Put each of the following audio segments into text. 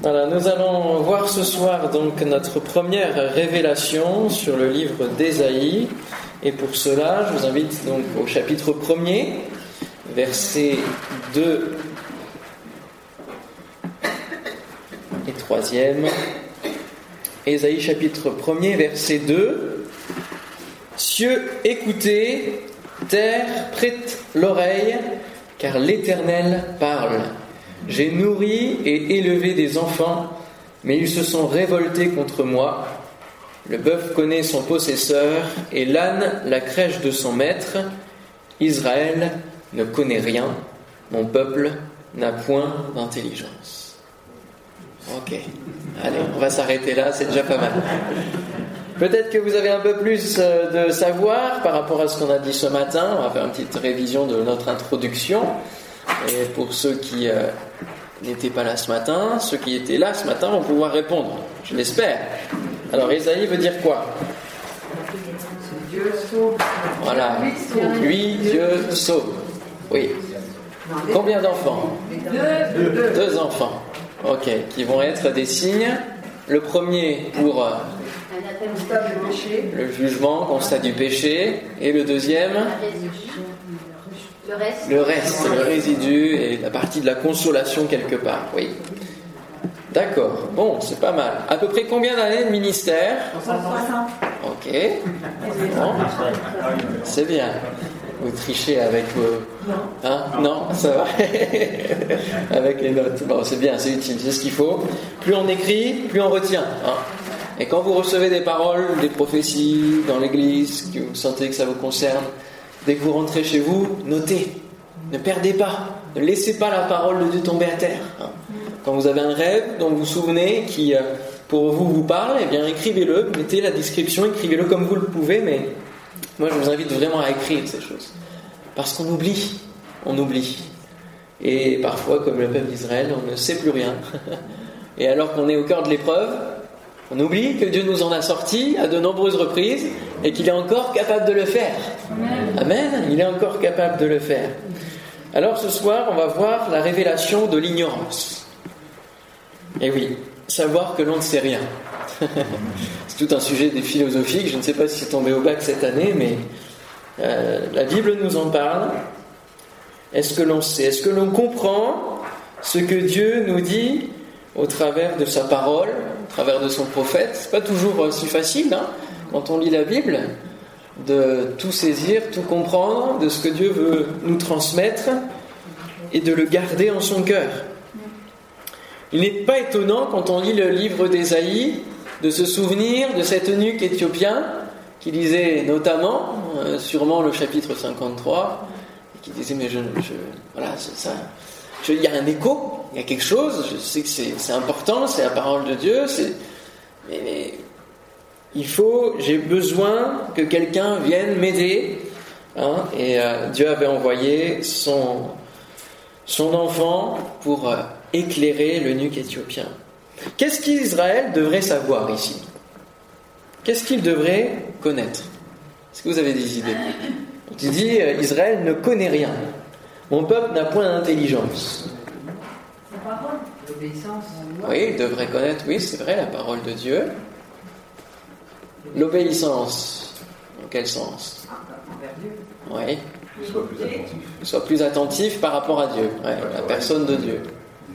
Voilà, nous allons voir ce soir donc notre première révélation sur le livre d'Ésaïe. Et pour cela, je vous invite donc au chapitre 1er, versets 2 et 3e. Ésaïe chapitre 1er, verset 2. Cieux, écoutez, terre, prête l'oreille, car l'Éternel parle. J'ai nourri et élevé des enfants, mais ils se sont révoltés contre moi. Le bœuf connaît son possesseur, et l'âne la crèche de son maître. Israël ne connaît rien, mon peuple n'a point d'intelligence. Ok, allez, on va s'arrêter là, c'est déjà pas mal. Peut-être que vous avez un peu plus de savoir par rapport à ce qu'on a dit ce matin. On va faire une petite révision de notre introduction. Et pour ceux qui n'étaient pas là ce matin, ceux qui étaient là ce matin vont pouvoir répondre, je l'espère. Alors, Ésaïe veut dire quoi? Dieu sauve. Voilà. Oui, Dieu sauve. Oui. Combien d'enfants? Deux enfants. Ok. Qui vont être des signes. Le premier pour le jugement, constat du péché. Et le deuxième? Le reste, le résidu et la partie de la consolation quelque part. Oui. D'accord. Bon, c'est pas mal. À peu près combien d'années de ministère? 60. Ok. Bon. C'est bien. Vous trichez avec vos... Hein? Non, ça va. Avec les notes. Bon, c'est bien, c'est utile, c'est ce qu'il faut. Plus on écrit, plus on retient. Hein? Et quand vous recevez des paroles, des prophéties dans l'église, que vous sentez que ça vous concerne, dès que vous rentrez chez vous, notez. Ne perdez pas. Ne laissez pas la parole de Dieu tomber à terre. Hein? Quand vous avez un rêve dont vous vous souvenez, qui pour vous parle, eh bien écrivez-le, mettez la description, écrivez-le comme vous le pouvez, mais moi je vous invite vraiment à écrire ces choses. Parce qu'on oublie. Et parfois, comme le peuple d'Israël, on ne sait plus rien. Et alors qu'on est au cœur de l'épreuve, on oublie que Dieu nous en a sortis à de nombreuses reprises et qu'il est encore capable de le faire. Amen. Il est encore capable de le faire. Alors ce soir, on va voir la révélation de l'ignorance. Et oui, savoir que l'on ne sait rien. C'est tout un sujet philosophique. Je ne sais pas si c'est tombé au bac cette année, mais la Bible nous en parle. Est-ce que l'on sait? Est-ce que l'on comprend ce que Dieu nous dit au travers de sa parole, au travers de son prophète? C'est pas toujours si facile, hein, quand on lit la Bible, de tout saisir, tout comprendre, de ce que Dieu veut nous transmettre et de le garder en son cœur. Il n'est pas étonnant, quand on lit le livre d'Ésaïe, de se souvenir de cet eunuque éthiopien qui lisait notamment, sûrement le chapitre 53, et qui disait, mais voilà, c'est ça. Il y a un écho, il y a quelque chose, je sais que c'est important, c'est la parole de Dieu, mais j'ai besoin que quelqu'un vienne m'aider. Hein, et Dieu avait envoyé son enfant pour éclairer l'eunuque éthiopien. Qu'est-ce qu'Israël devrait savoir ici? Qu'est-ce qu'il devrait connaître? Est-ce que vous avez des idées? Il dit, Israël ne connaît rien. Mon peuple n'a point d'intelligence. La parole, l'obéissance. Oui, il devrait connaître, oui, c'est vrai, la parole de Dieu. L'obéissance, dans quel sens? Envers Dieu. Oui. Qu'il soit plus attentif par rapport à Dieu, la personne de Dieu.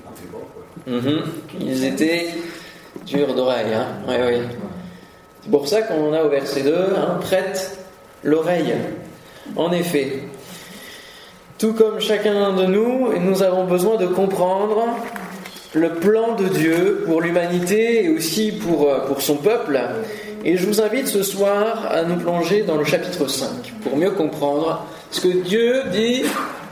Ils étaient durs d'oreille. Hein. Oui. C'est pour ça qu'on a au verset 2, prête l'oreille. En effet, tout comme chacun de nous avons besoin de comprendre le plan de Dieu pour l'humanité et aussi pour son peuple. Et je vous invite ce soir à nous plonger dans le chapitre 5 pour mieux comprendre ce que Dieu dit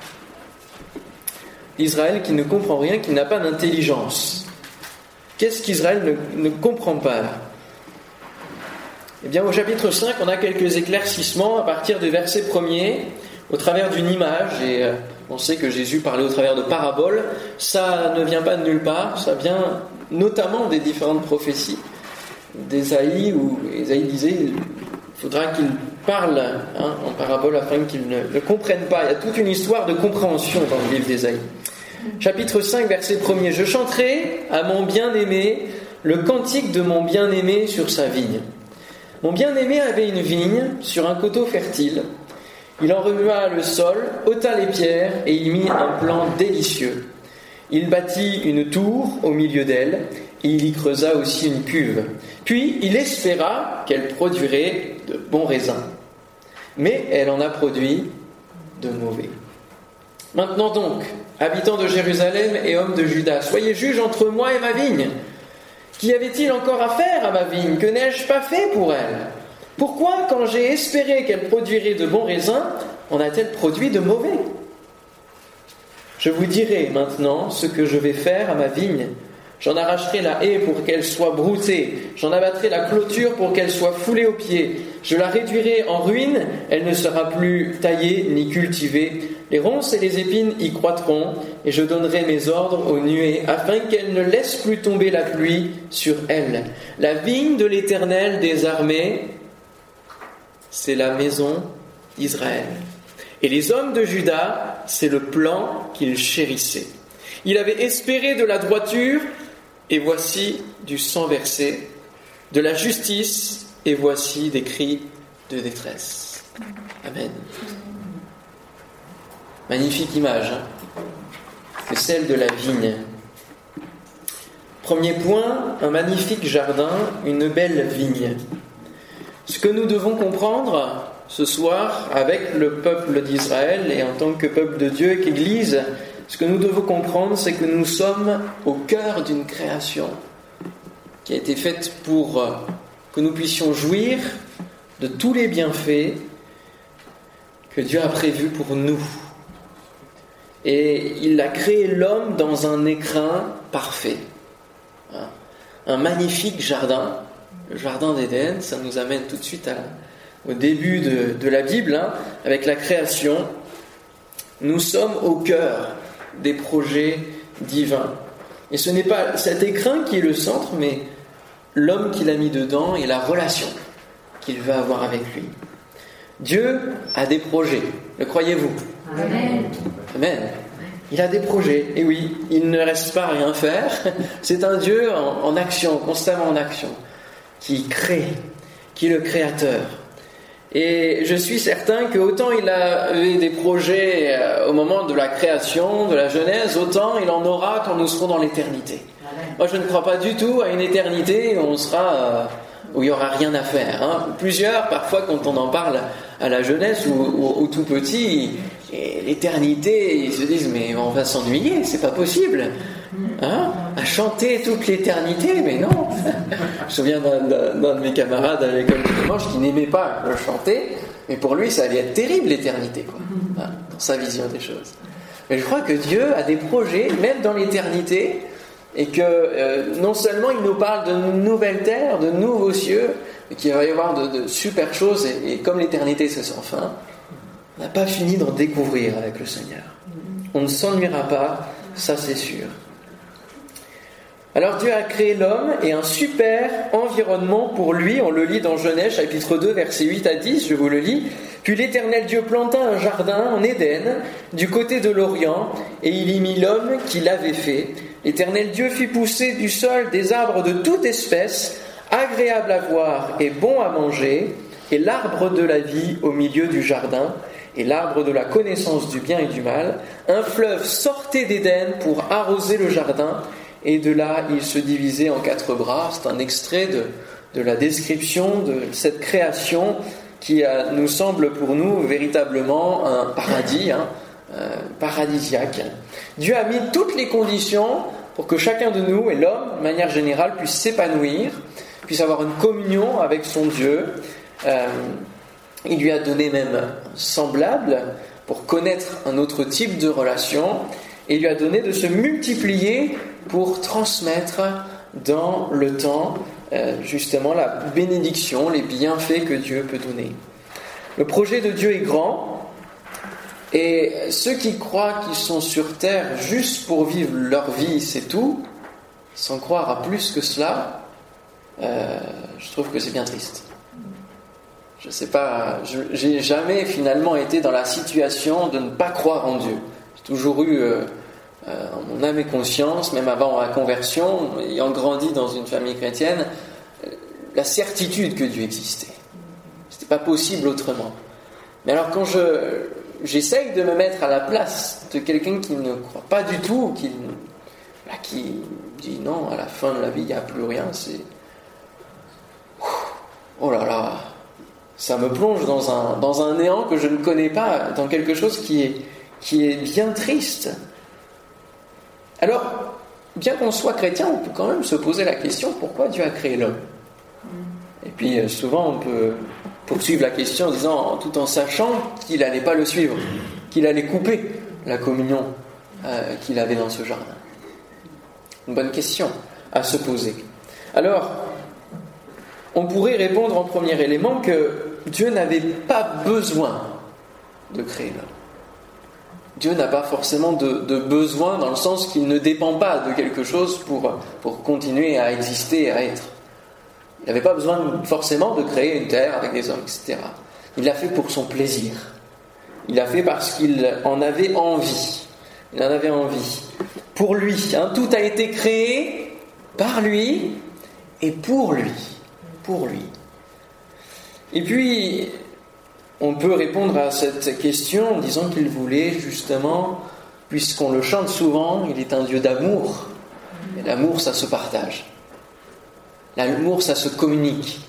d'Israël qui ne comprend rien, qui n'a pas d'intelligence. Qu'est-ce qu'Israël ne comprend pas là? Eh bien, au chapitre 5, on a quelques éclaircissements à partir du verset 1er, au travers d'une image, et on sait que Jésus parlait au travers de paraboles. Ça ne vient pas de nulle part, ça vient notamment des différentes prophéties d'Ésaïe, où Ésaïe disait il faudra qu'il parle en parabole afin qu'ils ne comprennent pas. Il y a toute une histoire de compréhension dans le livre d'Ésaïe. Chapitre 5, verset 1er. Je chanterai à mon bien-aimé le cantique de mon bien-aimé sur sa vigne. Mon bien-aimé avait une vigne sur un coteau fertile. Il en remua le sol, ôta les pierres et y mit un plan délicieux. Il bâtit une tour au milieu d'elle et il y creusa aussi une cuve. Puis il espéra qu'elle produirait de bons raisins. Mais elle en a produit de mauvais. Maintenant donc, habitants de Jérusalem et hommes de Juda, soyez juges entre moi et ma vigne. Qu'y avait-il encore à faire à ma vigne? Que n'ai-je pas fait pour elle? Pourquoi, quand j'ai espéré qu'elle produirait de bons raisins, en a-t-elle produit de mauvais? Je vous dirai maintenant ce que je vais faire à ma vigne. J'en arracherai la haie pour qu'elle soit broutée. J'en abattrai la clôture pour qu'elle soit foulée aux pieds. Je la réduirai en ruine. Elle ne sera plus taillée ni cultivée. Les ronces et les épines y croîtront. Et je donnerai mes ordres aux nuées afin qu'elles ne laissent plus tomber la pluie sur elle. La vigne de l'Éternel des armées, c'est la maison d'Israël. Et les hommes de Juda, c'est le plan qu'il chérissait. Il avait espéré de la droiture, et voici du sang versé, de la justice, et voici des cris de détresse. Amen. Magnifique image, que celle de la vigne. Premier point, un magnifique jardin, une belle vigne. Ce que nous devons comprendre ce soir avec le peuple d'Israël et en tant que peuple de Dieu et qu'Église, ce que nous devons comprendre, c'est que nous sommes au cœur d'une création qui a été faite pour que nous puissions jouir de tous les bienfaits que Dieu a prévus pour nous. Et il a créé l'homme dans un écrin parfait. Un magnifique jardin, le jardin d'Éden. Ça nous amène tout de suite au début de la Bible, avec la création. Nous sommes au cœur des projets divins. Et ce n'est pas cet écrin qui est le centre, mais l'homme qu'il a mis dedans et la relation qu'il veut avoir avec lui. Dieu a des projets, le croyez-vous? Amen. Amen. Il a des projets, et oui, il ne reste pas à rien faire. C'est un Dieu en action, constamment en action, qui crée, qui est le créateur. Et je suis certain que autant il avait des projets au moment de la création, de la Genèse, autant il en aura quand nous serons dans l'éternité. Moi, je ne crois pas du tout à une éternité où on sera, où il n'y aura rien à faire. Plusieurs, parfois, quand on en parle à la jeunesse ou tout petit, et l'éternité, ils se disent mais on va s'ennuyer, c'est pas possible. À chanter toute l'éternité, mais non. Je me souviens d'un de mes camarades à l'école du dimanche qui n'aimait pas le chanter, mais pour lui ça allait être terrible l'éternité, quoi, dans sa vision des choses. Mais je crois que Dieu a des projets, même dans l'éternité, et que non seulement il nous parle de nouvelles terres, de nouveaux cieux, mais qu'il va y avoir de super choses, et comme l'éternité c'est sans fin, on n'a pas fini d'en découvrir avec le Seigneur. On ne s'ennuiera pas, ça c'est sûr. Alors Dieu a créé l'homme et un super environnement pour lui. On le lit dans Genèse chapitre 2 versets 8 à 10, je vous le lis. Puis l'Éternel Dieu planta un jardin en Éden, du côté de l'Orient, et il y mit l'homme qu'il avait fait. L'Éternel Dieu fit pousser du sol des arbres de toute espèce, agréables à voir et bons à manger, et l'arbre de la vie au milieu du jardin, et l'arbre de la connaissance du bien et du mal. Un fleuve sortait d'Éden pour arroser le jardin, et de là il se divisait en 4 bras. C'est un extrait de la description de cette création qui nous semble pour nous véritablement un paradis, paradisiaque. Dieu a mis toutes les conditions pour que chacun de nous, et l'homme de manière générale, puisse s'épanouir, puisse avoir une communion avec son Dieu. Il lui a donné même semblable pour connaître un autre type de relation, et il lui a donné de se multiplier pour transmettre dans le temps justement la bénédiction, les bienfaits que Dieu peut donner. Le projet de Dieu est grand, et ceux qui croient qu'ils sont sur terre juste pour vivre leur vie, c'est tout, sans croire à plus que cela, je trouve que c'est bien triste. Je sais pas, j'ai jamais finalement été dans la situation de ne pas croire en Dieu. J'ai toujours eu en mon âme et conscience, même avant la conversion, ayant grandi dans une famille chrétienne, la certitude que Dieu existait. C'était pas possible autrement. Mais alors quand j'essaye de me mettre à la place de quelqu'un qui ne croit pas du tout, qui dit non, à la fin de la vie, il n'y a plus rien, c'est... Oh là là, ça me plonge dans un néant que je ne connais pas, dans quelque chose qui est bien triste. Alors, bien qu'on soit chrétien, on peut quand même se poser la question, pourquoi Dieu a créé l'homme ? Et puis souvent on peut poursuivre la question en disant, tout en sachant qu'il n'allait pas le suivre, qu'il allait couper la communion qu'il avait dans ce jardin. Une bonne question à se poser. Alors, on pourrait répondre en premier élément que Dieu n'avait pas besoin de créer l'homme. Dieu n'a pas forcément de besoin dans le sens qu'il ne dépend pas de quelque chose pour continuer à exister, à être. Il n'avait pas besoin forcément de créer une terre avec des hommes, etc. Il l'a fait pour son plaisir. Il l'a fait parce qu'il en avait envie. Il en avait envie. Pour lui. Tout a été créé par lui et pour lui. Pour lui. Et puis, on peut répondre à cette question en disant qu'il voulait justement, puisqu'on le chante souvent, il est un Dieu d'amour. Et l'amour, ça se partage. L'amour, ça se communique.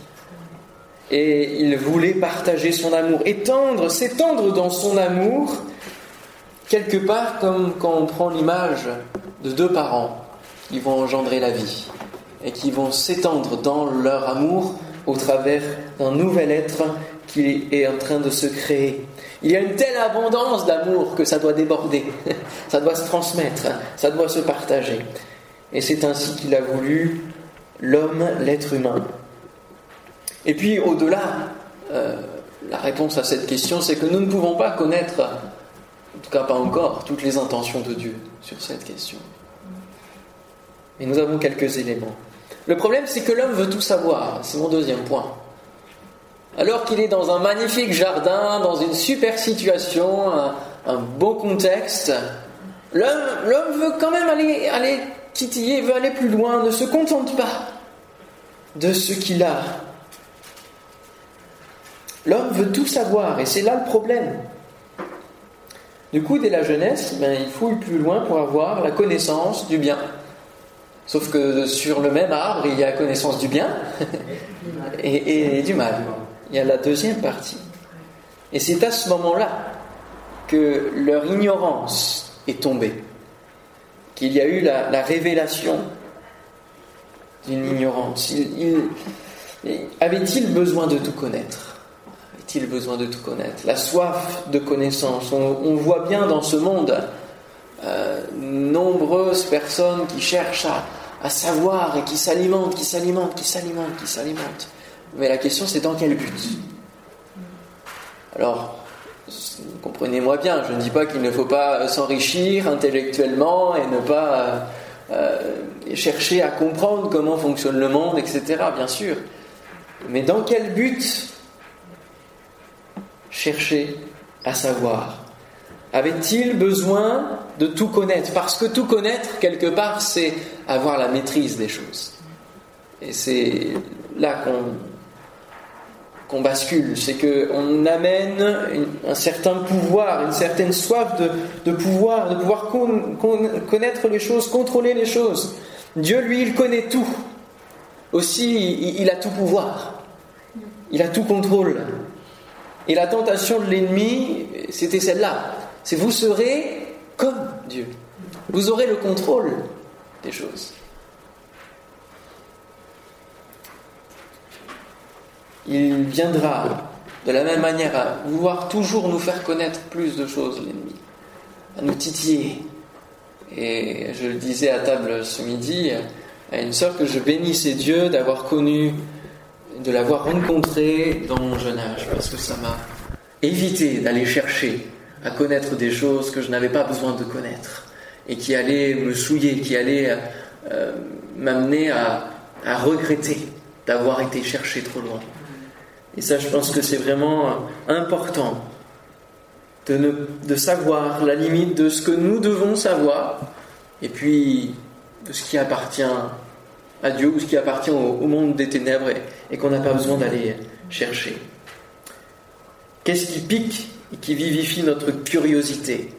Et il voulait partager son amour, s'étendre dans son amour, quelque part comme quand on prend l'image de deux parents qui vont engendrer la vie et qui vont s'étendre dans leur amour au travers d'un nouvel être qui est en train de se créer. Il y a une telle abondance d'amour que ça doit déborder, ça doit se transmettre, ça doit se partager. Et c'est ainsi qu'il a voulu l'homme, l'être humain. Et puis au-delà, la réponse à cette question, c'est que nous ne pouvons pas connaître, en tout cas pas encore, toutes les intentions de Dieu sur cette question. Mais nous avons quelques éléments. Le problème, c'est que l'homme veut tout savoir. C'est mon deuxième point. Alors qu'il est dans un magnifique jardin, dans une super situation, un beau contexte, l'homme veut quand même aller titiller, veut aller plus loin, ne se contente pas de ce qu'il a. L'homme veut tout savoir, et c'est là le problème. Du coup, dès la jeunesse, il fouille plus loin pour avoir la connaissance du bien. Sauf que sur le même arbre, il y a la connaissance du bien et du mal. Il y a la deuxième partie. Et c'est à ce moment-là que leur ignorance est tombée. Qu'il y a eu la révélation d'une ignorance. Avait-il besoin de tout connaître ? Avait-il besoin de tout connaître ? La soif de connaissance. On voit bien dans ce monde nombreuses personnes qui cherchent à savoir et qui s'alimentent. Mais la question, c'est dans quel but ? Alors, comprenez-moi bien, je ne dis pas qu'il ne faut pas s'enrichir intellectuellement et ne pas chercher à comprendre comment fonctionne le monde, etc., bien sûr. Mais dans quel but chercher à savoir ? Avait-il besoin de tout connaître ? Parce que tout connaître, quelque part, c'est avoir la maîtrise des choses. Et c'est là qu'on bascule. C'est qu'on amène un certain pouvoir, une certaine soif de pouvoir connaître les choses, contrôler les choses. Dieu, lui, il connaît tout. Aussi, il a tout pouvoir. Il a tout contrôle. Et la tentation de l'ennemi, c'était celle-là. C'est vous serez comme Dieu. Vous aurez le contrôle des choses. Il viendra de la même manière à vouloir toujours nous faire connaître plus de choses, l'ennemi, à nous titiller. Et je le disais à table ce midi à une sœur que je bénissais Dieu d'avoir connu, de l'avoir rencontré dans mon jeune âge, parce que ça m'a évité d'aller chercher à connaître des choses que je n'avais pas besoin de connaître et qui allaient me souiller, qui allaient m'amener à regretter d'avoir été chercher trop loin. Et ça, je pense que c'est vraiment important de savoir la limite de ce que nous devons savoir et puis de ce qui appartient à Dieu ou ce qui appartient au monde des ténèbres et qu'on n'a pas besoin d'aller chercher. Qu'est-ce qui pique et qui vivifie notre curiosité?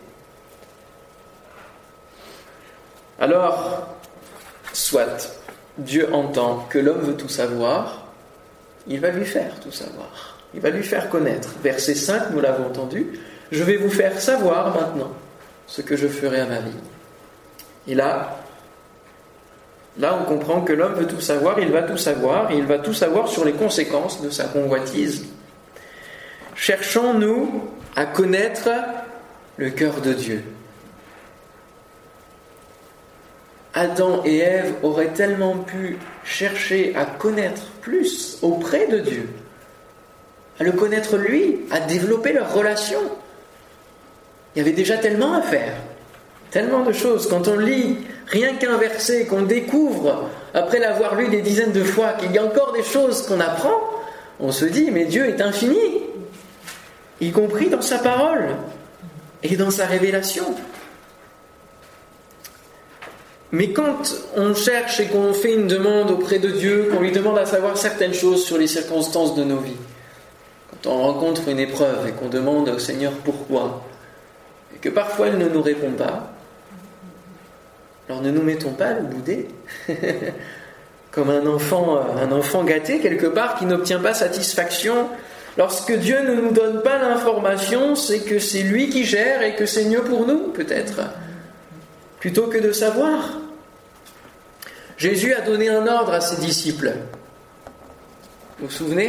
Alors, soit Dieu entend que l'homme veut tout savoir, il va lui faire tout savoir. Il va lui faire connaître. Verset 5, nous l'avons entendu. Je vais vous faire savoir maintenant ce que je ferai à ma vie. Et là, on comprend que l'homme veut tout savoir, il va tout savoir, et il va tout savoir sur les conséquences de sa convoitise. Cherchons-nous à connaître le cœur de Dieu. Adam et Ève auraient tellement pu chercher à connaître plus auprès de Dieu, à le connaître lui, à développer leur relation. Il y avait déjà tellement à faire, tellement de choses. Quand on lit rien qu'un verset, qu'on découvre, après l'avoir lu des dizaines de fois, qu'il y a encore des choses qu'on apprend, on se dit, mais Dieu est infini, y compris dans sa parole et dans sa révélation. Mais quand on cherche et qu'on fait une demande auprès de Dieu, qu'on lui demande à savoir certaines choses sur les circonstances de nos vies, quand on rencontre une épreuve et qu'on demande au Seigneur pourquoi, et que parfois il ne nous répond pas, alors ne nous mettons pas à le bouder, comme un enfant gâté quelque part qui n'obtient pas satisfaction. Lorsque Dieu ne nous donne pas l'information, c'est que c'est lui qui gère et que c'est mieux pour nous, peut-être, plutôt que de savoir. Jésus a donné un ordre à ses disciples. Vous vous souvenez ?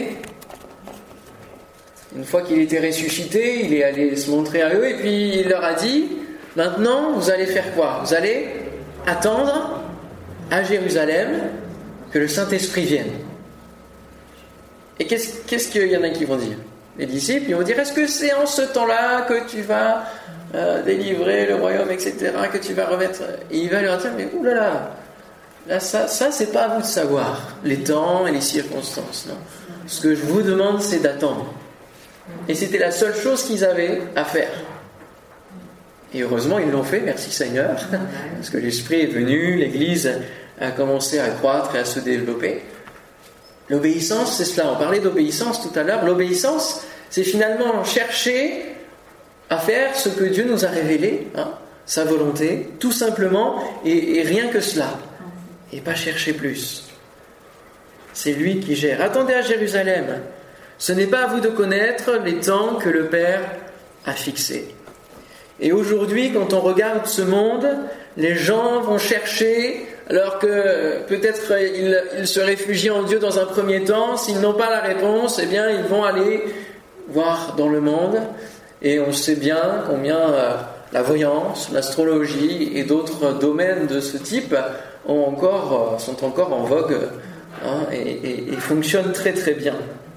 Une fois qu'il était ressuscité, il est allé se montrer à eux et puis il leur a dit, maintenant vous allez faire quoi ? Vous allez attendre à Jérusalem que le Saint-Esprit vienne. Et qu'est-ce qu'il y en a qui vont dire ? Les disciples, ils vont dire, est-ce que c'est en ce temps-là que tu vas délivrer le royaume, etc., que tu vas remettre... Et il va leur dire, mais oulala, là, ça c'est pas à vous de savoir, les temps et les circonstances, non. Ce que je vous demande, c'est d'attendre. Et c'était la seule chose qu'ils avaient à faire. Et heureusement, ils l'ont fait, merci Seigneur, parce que l'Esprit est venu, l'Église a commencé à croître et à se développer. L'obéissance, c'est cela. On parlait d'obéissance tout à l'heure. L'obéissance, c'est finalement chercher à faire ce que Dieu nous a révélé, sa volonté, tout simplement, et rien que cela. Et pas chercher plus. C'est lui qui gère. Attendez à Jérusalem. Ce n'est pas à vous de connaître les temps que le Père a fixés. Et aujourd'hui, quand on regarde ce monde, les gens vont chercher, alors que peut-être ils se réfugient en Dieu dans un premier temps. S'ils n'ont pas la réponse, eh bien ils vont aller voir dans le monde. Et on sait bien combien la voyance, l'astrologie et d'autres domaines de ce type sont encore en vogue et fonctionnent très très bien.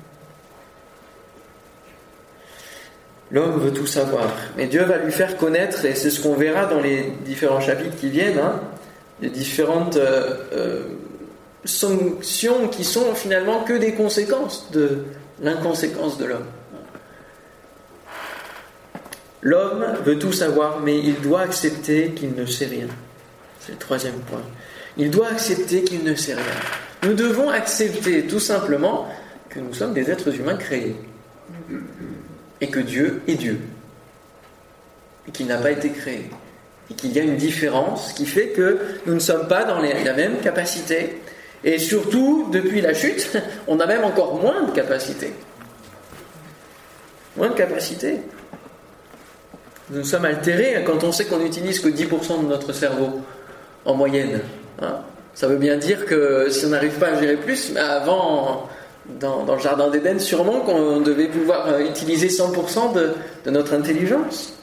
L'homme veut tout savoir, mais Dieu va lui faire connaître, et c'est ce qu'on verra dans les différents chapitres qui viennent, les différentes sanctions qui sont finalement que des conséquences de l'inconséquence de l'homme. L'homme veut tout savoir, mais il doit accepter qu'il ne sait rien. C'est le troisième point. Il doit accepter qu'il ne sait rien. Nous devons accepter tout simplement que nous sommes des êtres humains créés. Et que Dieu est Dieu. Et qu'il n'a pas été créé. Et qu'il y a une différence qui fait que nous ne sommes pas dans la même capacité. Et surtout, depuis la chute, on a même encore moins de capacité. Moins de capacité. Nous sommes altérés quand on sait qu'on n'utilise que 10% de notre cerveau, en moyenne. Ça veut bien dire que si on n'arrive pas à gérer plus, mais avant... Dans le jardin d'Éden, sûrement qu'on devait pouvoir utiliser 100% de notre intelligence.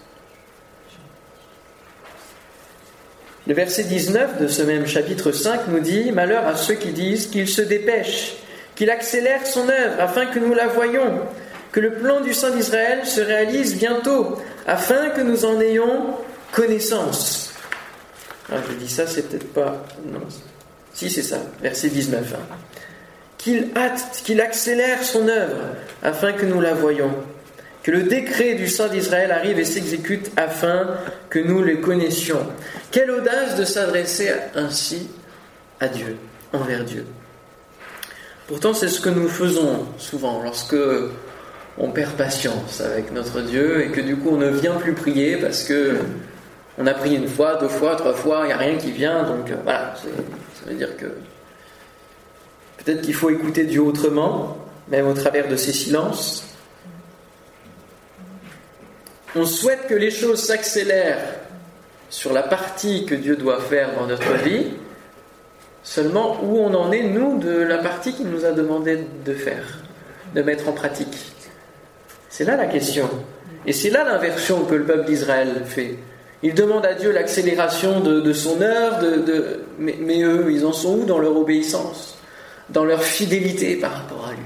Le verset 19 de ce même chapitre 5 nous dit « Malheur à ceux qui disent qu'il se dépêche, qu'il accélère son œuvre afin que nous la voyions, que le plan du Saint d'Israël se réalise bientôt, afin que nous en ayons connaissance. » Je dis ça, c'est peut-être pas... Non. Si, c'est ça, verset 19. Qu'il hâte, qu'il accélère son œuvre, afin que nous la voyions. que le décret du Saint d'Israël arrive et s'exécute afin que nous le connaissions. Quelle audace de s'adresser ainsi à Dieu, envers Dieu. Pourtant, c'est ce que nous faisons souvent lorsque on perd patience avec notre Dieu et que du coup on ne vient plus prier parce que on a prié 1 fois, 2 fois, 3 fois, il n'y a rien qui vient, donc voilà, ça veut dire que peut-être qu'il faut écouter Dieu autrement, même au travers de ses silences. On souhaite que les choses s'accélèrent sur la partie que Dieu doit faire dans notre vie, seulement où on en est, nous, de la partie qu'il nous a demandé de faire, de mettre en pratique. C'est là la question. Et c'est là l'inversion que le peuple d'Israël fait. Il demande à Dieu l'accélération de son œuvre, mais eux, ils en sont où dans leur obéissance, dans leur fidélité par rapport à lui?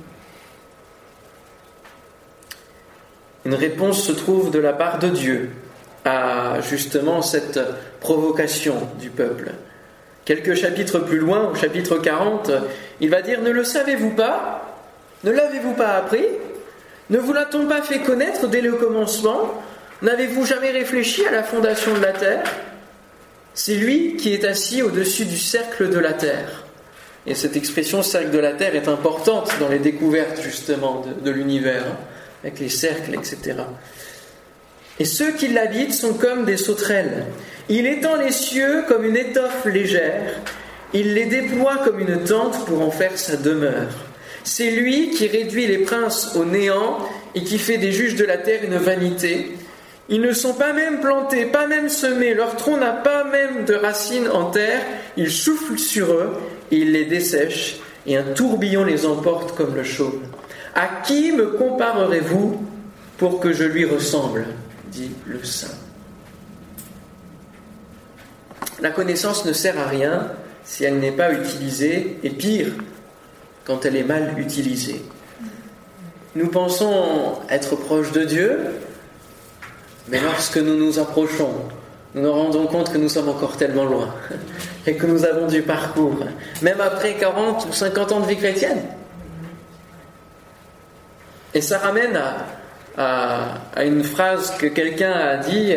Une réponse se trouve de la part de Dieu à justement cette provocation du peuple. Quelques chapitres plus loin, au chapitre 40, il va dire « Ne le savez-vous pas? Ne l'avez-vous pas appris? Ne vous l'a-t-on pas fait connaître dès le commencement? N'avez-vous jamais réfléchi à la fondation de la terre? C'est lui qui est assis au-dessus du cercle de la terre. » Et cette expression « cercle de la terre » est importante dans les découvertes justement de l'univers, avec les cercles, etc. Et ceux qui l'habitent sont comme des sauterelles. Il étend les cieux comme une étoffe légère. Il les déploie comme une tente pour en faire sa demeure. C'est lui qui réduit les princes au néant et qui fait des juges de la terre une vanité. Ils ne sont pas même plantés, pas même semés. Leur tronc n'a pas même de racines en terre. Il souffle sur eux et il les dessèche. Et un tourbillon les emporte comme le chaume. À qui me comparerez-vous pour que je lui ressemble ? Dit le Saint. La connaissance ne sert à rien si elle n'est pas utilisée, et pire, quand elle est mal utilisée. Nous pensons être proches de Dieu, mais lorsque nous nous approchons, nous nous rendons compte que nous sommes encore tellement loin et que nous avons du parcours, même après 40 ou 50 ans de vie chrétienne. Et ça ramène à une phrase que quelqu'un a dit,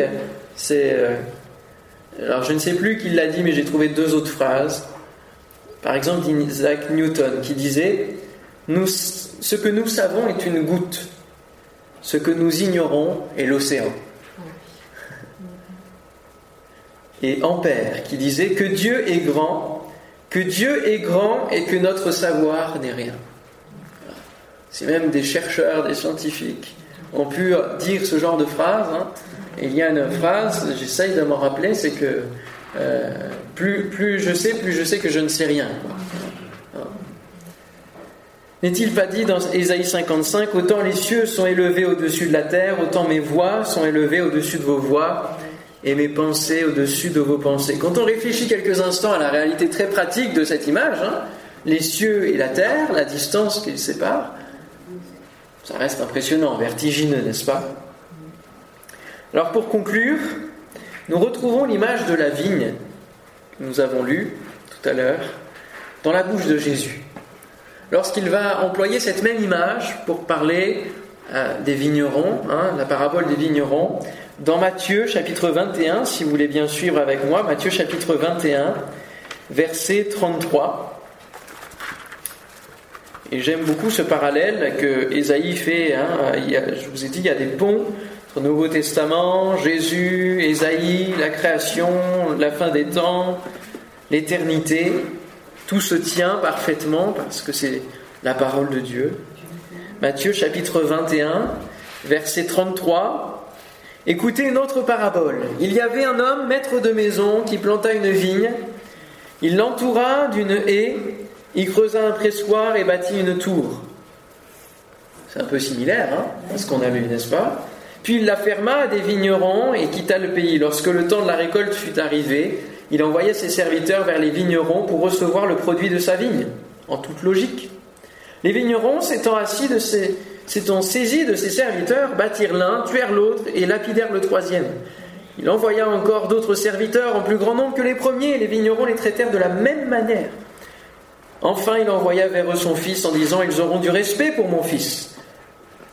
alors je ne sais plus qui l'a dit, mais j'ai trouvé 2 autres phrases. Par exemple, d'Isaac Newton, qui disait « Ce que nous savons est une goutte, ce que nous ignorons est l'océan. » Et Ampère, qui disait « Que Dieu est grand et que notre savoir n'est rien. » C'est même des chercheurs, des scientifiques ont pu dire ce genre de phrase. Et il y a une phrase, j'essaye de m'en rappeler, c'est que plus je sais que je ne sais rien. N'est-il pas dit dans Ésaïe 55 « Autant les cieux sont élevés au-dessus de la terre, autant mes voix sont élevées au-dessus de vos voix, et mes pensées au-dessus de vos pensées. » Quand on réfléchit quelques instants à la réalité très pratique de cette image, les cieux et la terre, la distance qui les sépare, ça reste impressionnant, vertigineux, n'est-ce pas? Alors pour conclure, nous retrouvons l'image de la vigne que nous avons lue tout à l'heure dans la bouche de Jésus. Lorsqu'il va employer cette même image pour parler des vignerons, la parabole des vignerons, dans Matthieu chapitre 21, si vous voulez bien suivre avec moi, Matthieu chapitre 21, verset 33. Et j'aime beaucoup ce parallèle que Ésaïe fait. Je vous ai dit, il y a des ponts entre le Nouveau Testament, Jésus, Ésaïe, la création, la fin des temps, l'éternité. Tout se tient parfaitement parce que c'est la parole de Dieu. Matthieu chapitre 21, verset 33. Écoutez une autre parabole. Il y avait un homme, maître de maison, qui planta une vigne. Il l'entoura d'une haie. Il creusa un pressoir et bâtit une tour. C'est un peu similaire à ce qu'on a lu, n'est-ce pas? Puis il la ferma à des vignerons et quitta le pays. Lorsque le temps de la récolte fut arrivé, il envoya ses serviteurs vers les vignerons pour recevoir le produit de sa vigne, en toute logique. Les vignerons, s'étant saisis de ses serviteurs, battirent l'un, tuèrent l'autre et lapidèrent le troisième. Il envoya encore d'autres serviteurs en plus grand nombre que les premiers, et les vignerons les traitèrent de la même manière. Enfin, il envoya vers eux son fils en disant « Ils auront du respect pour mon fils. »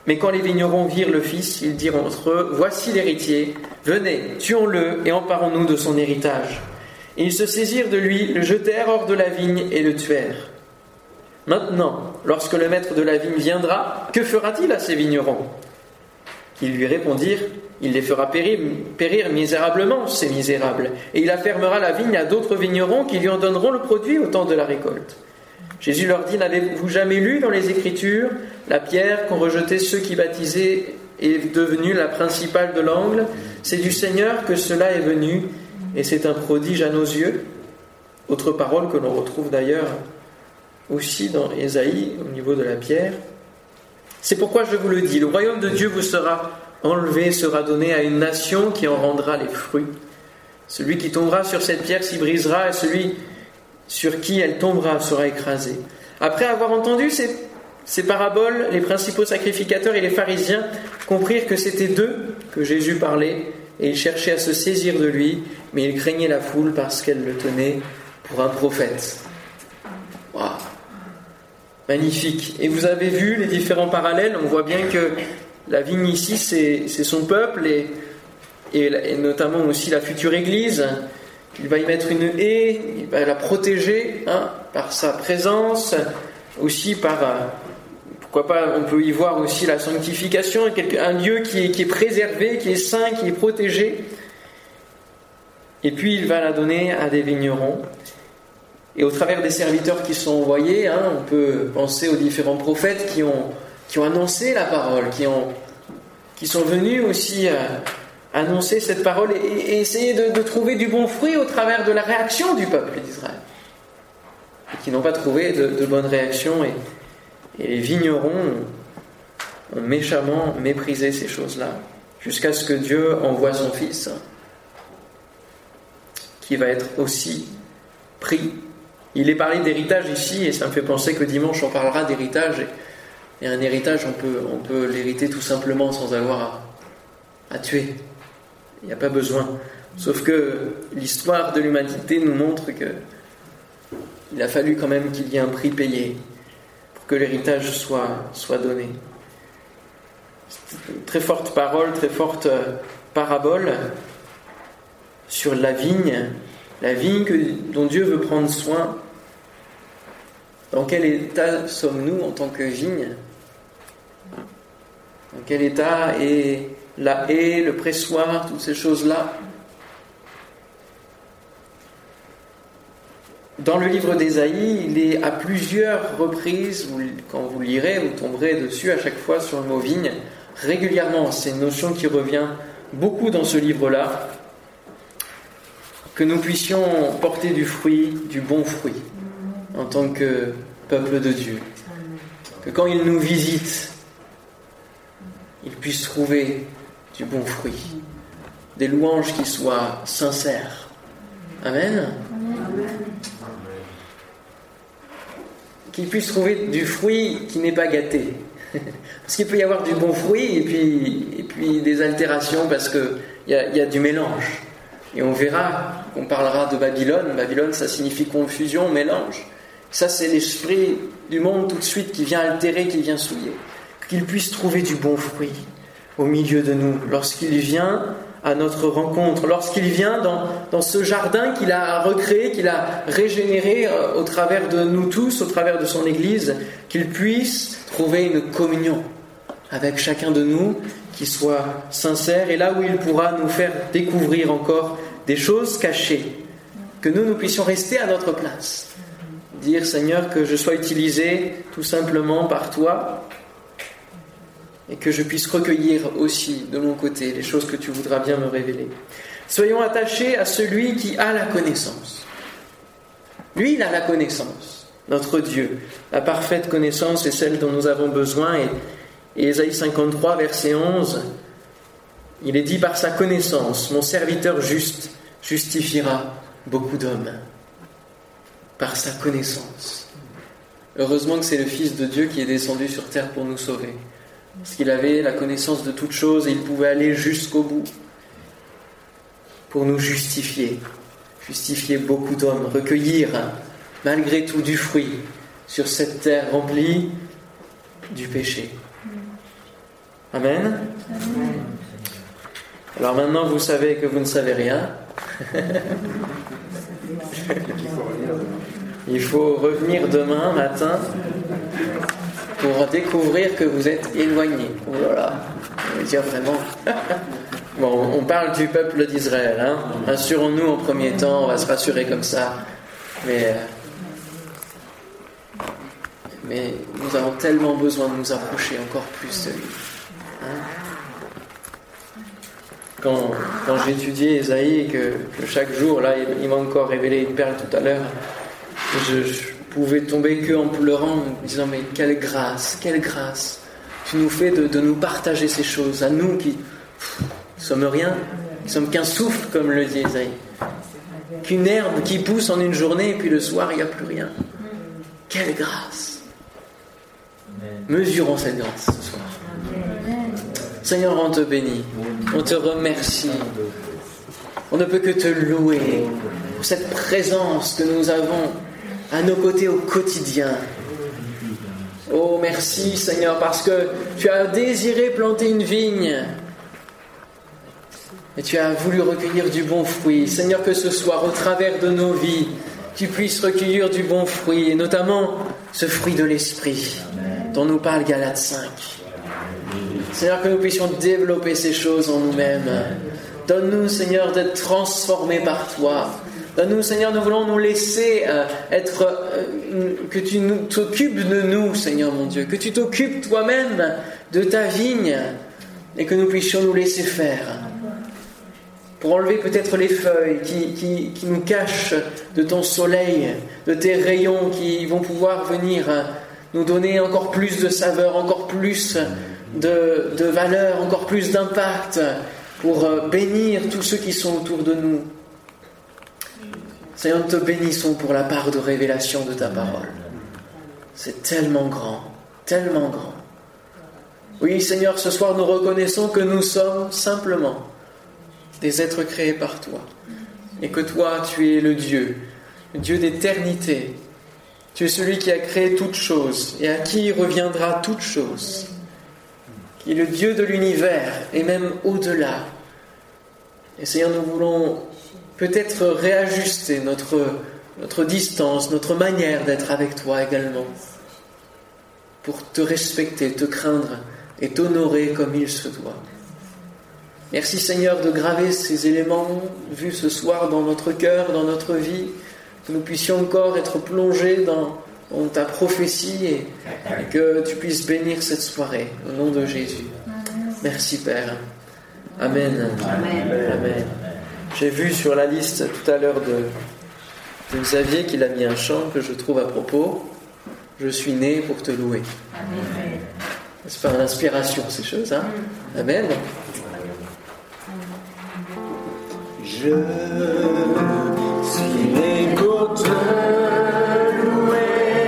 Mais quand les vignerons virent le fils, ils dirent entre eux, « Voici l'héritier, venez, tuons-le et emparons-nous de son héritage. » Et ils se saisirent de lui, le jetèrent hors de la vigne et le tuèrent. Maintenant, lorsque le maître de la vigne viendra, que fera-t-il à ces vignerons ? Ils lui répondirent, « Il les fera périr misérablement, ces misérables, et il affermera la vigne à d'autres vignerons qui lui en donneront le produit au temps de la récolte. » Jésus leur dit, « N'avez-vous jamais lu dans les Écritures, la pierre qu'ont rejetée ceux qui baptisaient est devenue la principale de l'angle ? C'est du Seigneur que cela est venu, et c'est un prodige à nos yeux. » Autre parole que l'on retrouve d'ailleurs aussi dans Ésaïe, au niveau de la pierre. « C'est pourquoi je vous le dis, le royaume de Dieu vous sera enlevé, sera donné à une nation qui en rendra les fruits. Celui qui tombera sur cette pierre s'y brisera, et celui sur qui elle tombera sera écrasé. » Après avoir entendu ces paraboles, les principaux sacrificateurs et les pharisiens comprirent que c'était d'eux que Jésus parlait, et ils cherchaient à se saisir de lui, mais ils craignaient la foule parce qu'elle le tenait pour un prophète. Waouh, magnifique. Et vous avez vu les différents parallèles, on voit bien que la vigne ici, c'est son peuple, et notamment aussi la future Église. Il va y mettre une haie, il va la protéger par sa présence, aussi par, pourquoi pas, on peut y voir aussi la sanctification, un lieu qui est préservé, qui est saint, qui est protégé. Et puis il va la donner à des vignerons. Et au travers des serviteurs qui sont envoyés, on peut penser aux différents prophètes qui ont annoncé la parole, qui sont venus aussi annoncer cette parole et essayer de trouver du bon fruit au travers de la réaction du peuple d'Israël. Et qui n'ont pas trouvé de bonnes réactions. Et les vignerons ont méchamment méprisé ces choses-là, jusqu'à ce que Dieu envoie son Fils, qui va être aussi pris. Il est parlé d'héritage ici, et ça me fait penser que dimanche on parlera d'héritage. Et un héritage, on peut l'hériter tout simplement sans avoir à tuer. Il n'y a pas besoin. Sauf que l'histoire de l'humanité nous montre que il a fallu quand même qu'il y ait un prix payé pour que l'héritage soit donné. C'est une très forte parole, très forte parabole sur la vigne dont Dieu veut prendre soin. Dans quel état sommes-nous en tant que vigne ? Dans quel état est la haie, le pressoir, toutes ces choses-là ? Dans le livre d'Ésaïe, il est à plusieurs reprises, quand vous lirez, vous tomberez dessus à chaque fois sur le mot vigne, régulièrement. C'est une notion qui revient beaucoup dans ce livre-là. Que nous puissions porter du fruit, du bon fruit, en tant que peuple de Dieu. Que quand il nous visite, il puisse trouver du bon fruit, des louanges qui soient sincères. Amen. Qu'il puisse trouver du fruit qui n'est pas gâté. Parce qu'il peut y avoir du bon fruit et puis des altérations parce qu'il y a du mélange. Et on verra qu'on parlera de Babylone. Babylone, ça signifie confusion, mélange. Ça, c'est l'esprit du monde tout de suite qui vient altérer, qui vient souiller. Qu'il puisse trouver du bon fruit au milieu de nous, lorsqu'il vient à notre rencontre, lorsqu'il vient dans ce jardin qu'il a recréé, qu'il a régénéré au travers de nous tous, au travers de son Église, qu'il puisse trouver une communion avec chacun de nous qui soit sincère, et là où il pourra nous faire découvrir encore des choses cachées, que nous puissions rester à notre place, dire Seigneur que je sois utilisé tout simplement par toi, et que je puisse recueillir aussi de mon côté les choses que tu voudras bien me révéler. Soyons attachés à celui qui a la connaissance. Lui, il a la connaissance, notre Dieu. La parfaite connaissance est celle dont nous avons besoin. Et Ésaïe 53, verset 11, il est dit « Par sa connaissance, mon serviteur juste justifiera beaucoup d'hommes. » Par sa connaissance. Heureusement que c'est le Fils de Dieu qui est descendu sur terre pour nous sauver. Parce qu'il avait la connaissance de toutes choses et il pouvait aller jusqu'au bout pour nous justifier beaucoup d'hommes, recueillir malgré tout du fruit sur cette terre remplie du péché. Amen. Alors maintenant, vous savez que vous ne savez rien. Il faut revenir demain matin pour découvrir que vous êtes éloigné. Oh là là, on va dire vraiment. Bon, on parle du peuple d'Israël. Rassurons-nous en premier temps, on va se rassurer comme ça. Mais nous avons tellement besoin de nous approcher encore plus de lui. Quand j'étudiais Ésaïe et que chaque jour, là, il m'a encore révélé une perle tout à l'heure, je pouvais tomber que en pleurant, en me disant mais quelle grâce tu nous fais de nous partager ces choses, à nous qui sommes rien, qui sommes qu'un souffle, comme le dit Ésaïe, qu'une herbe qui pousse en une journée et puis le soir il n'y a plus rien. Quelle grâce! Mesurons cette grâce ce soir. Seigneur, on te bénit, on te remercie. On ne peut que te louer pour cette présence que nous avons à nos côtés au quotidien. Oh, merci Seigneur, parce que tu as désiré planter une vigne et tu as voulu recueillir du bon fruit. Seigneur, que ce soir, au travers de nos vies, tu puisses recueillir du bon fruit, et notamment ce fruit de l'esprit dont nous parle Galates 5. Seigneur, que nous puissions développer ces choses en nous-mêmes. Donne-nous, Seigneur, d'être transformés par toi. Donne-nous, Seigneur, nous voulons nous laisser que tu t'occupes de nous, Seigneur mon Dieu. Que tu t'occupes toi-même de ta vigne et que nous puissions nous laisser faire. Pour enlever peut-être les feuilles qui nous cachent de ton soleil, de tes rayons qui vont pouvoir venir nous donner encore plus de saveur, encore plus de valeur, encore plus d'impact pour bénir tous ceux qui sont autour de nous. Seigneur, nous te bénissons pour la part de révélation de ta parole. C'est tellement grand, tellement grand. Oui, Seigneur, ce soir nous reconnaissons que nous sommes simplement des êtres créés par toi. Et que toi, tu es le Dieu d'éternité. Tu es celui qui a créé toutes choses et à qui reviendra toute chose. Qui est le Dieu de l'univers et même au-delà. Et Seigneur, nous voulons peut-être réajuster notre distance, notre manière d'être avec toi également. Pour te respecter, te craindre et t'honorer comme il se doit. Merci Seigneur de graver ces éléments vus ce soir dans notre cœur, dans notre vie, que nous puissions encore être plongés dans ta prophétie et que tu puisses bénir cette soirée au nom de Jésus. Merci Père. Amen. Amen. Amen. J'ai vu sur la liste tout à l'heure de Xavier qu'il a mis un chant que je trouve à propos. Je suis né pour te louer. Amen. C'est pas une inspiration ces choses, hein? Amen. Je suis né pour te louer.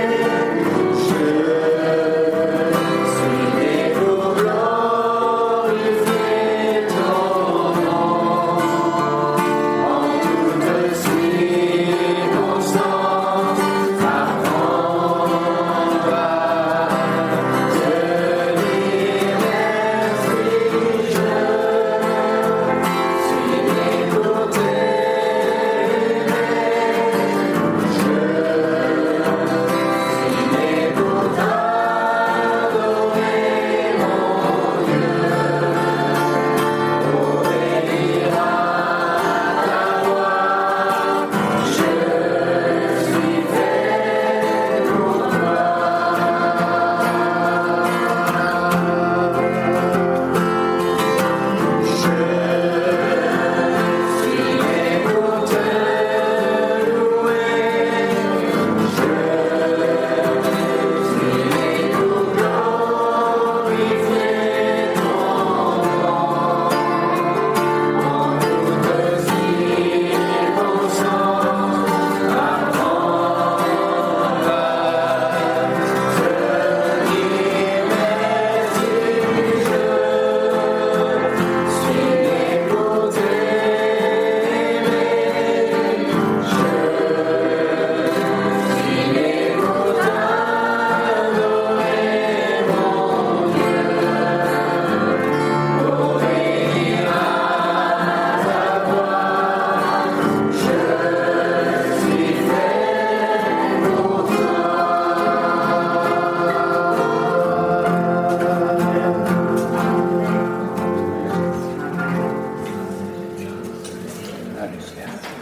Je suis né pour glorifier ton nom. En toute circonstance, par combat, je dis merci. Je suis né pour t'aimer. Alléluia.